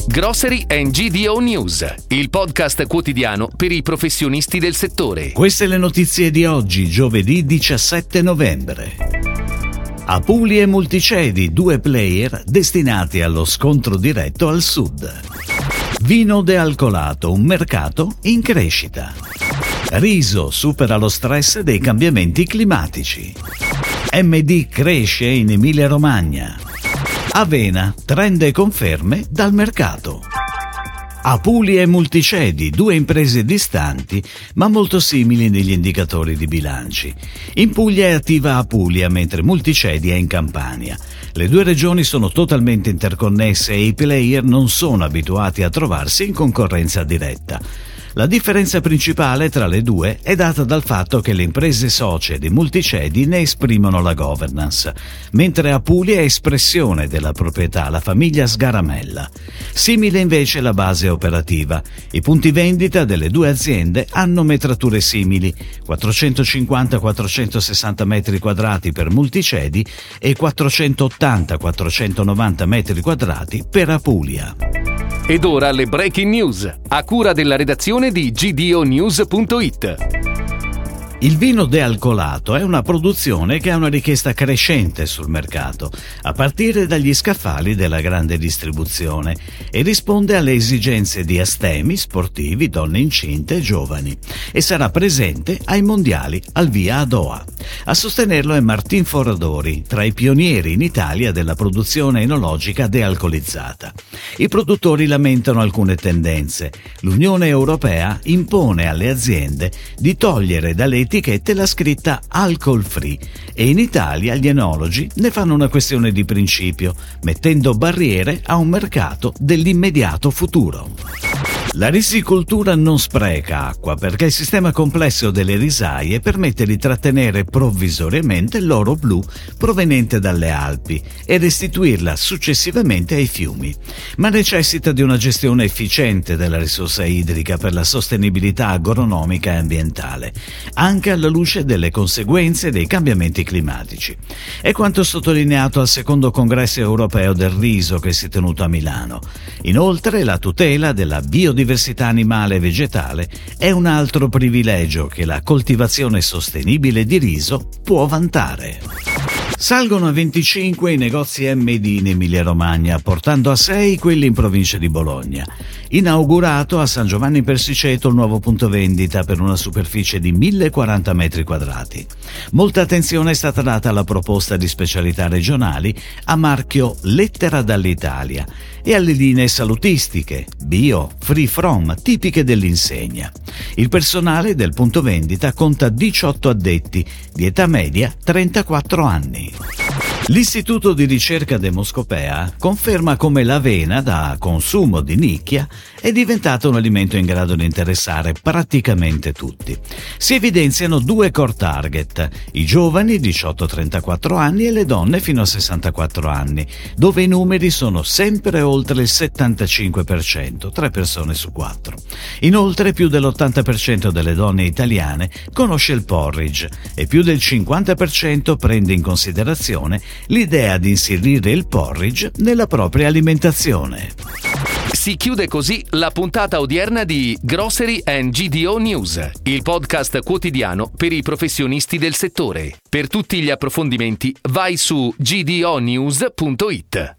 Grocery and GDO News, il podcast quotidiano per i professionisti del settore. Queste le notizie di oggi, giovedì 17 novembre. Apulia e Multicedi, 2 player destinati allo scontro diretto al sud. Vino dealcolato, un mercato in crescita. Riso supera lo stress dei cambiamenti climatici. MD cresce in Emilia-Romagna. Avena, trend e conferme dal mercato. Apulia e Multicedi, 2 imprese distanti ma molto simili negli indicatori di bilanci. In Puglia è attiva Apulia mentre Multicedi è in Campania. Le 2 regioni sono totalmente interconnesse e i player non sono abituati a trovarsi in concorrenza diretta. La differenza principale tra le 2 è data dal fatto che le imprese socie di Multicedi ne esprimono la governance, mentre Apulia è espressione della proprietà, la famiglia Sgaramella. Simile invece la base operativa. I punti vendita delle 2 aziende hanno metrature simili, 450-460 metri quadrati per Multicedi e 480-490 metri quadrati per Apulia. Ed ora le breaking news, a cura della redazione di gdonews.it. Il vino dealcolato è una produzione che ha una richiesta crescente sul mercato, a partire dagli scaffali della grande distribuzione, e risponde alle esigenze di astemi, sportivi, donne incinte e giovani, e sarà presente ai mondiali al via a Doha. A sostenerlo è Martin Foradori, tra i pionieri in Italia della produzione enologica dealcolizzata. I produttori lamentano alcune tendenze. L'Unione Europea impone alle aziende di togliere dalle etichette la scritta alcol free e in Italia gli enologi ne fanno una questione di principio, mettendo barriere a un mercato dell'immediato futuro. La risicoltura non spreca acqua perché il sistema complesso delle risaie permette di trattenere provvisoriamente l'oro blu proveniente dalle Alpi e restituirla successivamente ai fiumi, ma necessita di una gestione efficiente della risorsa idrica per la sostenibilità agronomica e ambientale, anche alla luce delle conseguenze dei cambiamenti climatici. È quanto sottolineato al secondo congresso europeo del riso che si è tenuto a Milano. Inoltre, la tutela della biodiversità animale e vegetale è un altro privilegio che la coltivazione sostenibile di riso può vantare. Salgono a 25 i negozi MD in Emilia-Romagna, portando a 6 quelli in provincia di Bologna. Inaugurato a San Giovanni Persiceto il nuovo punto vendita per una superficie di 1040 metri quadrati. Molta attenzione è stata data alla proposta di specialità regionali a marchio Lettera dall'Italia e alle linee salutistiche, bio, free from, tipiche dell'insegna. Il personale del punto vendita conta 18 addetti, di età media 34 anni. L'Istituto di ricerca Demoscopea conferma come l'avena da consumo di nicchia è diventato un alimento in grado di interessare praticamente tutti. Si evidenziano 2 core target, i giovani 18-34 anni e le donne fino a 64 anni, dove i numeri sono sempre oltre il 75%, 3 persone su 4. Inoltre più dell'80% delle donne italiane conosce il porridge e più del 50% prende in considerazione l'idea di inserire il porridge nella propria alimentazione. Si chiude così la puntata odierna di Grocery and GDO News, il podcast quotidiano per i professionisti del settore. Per tutti gli approfondimenti vai su gdonews.it.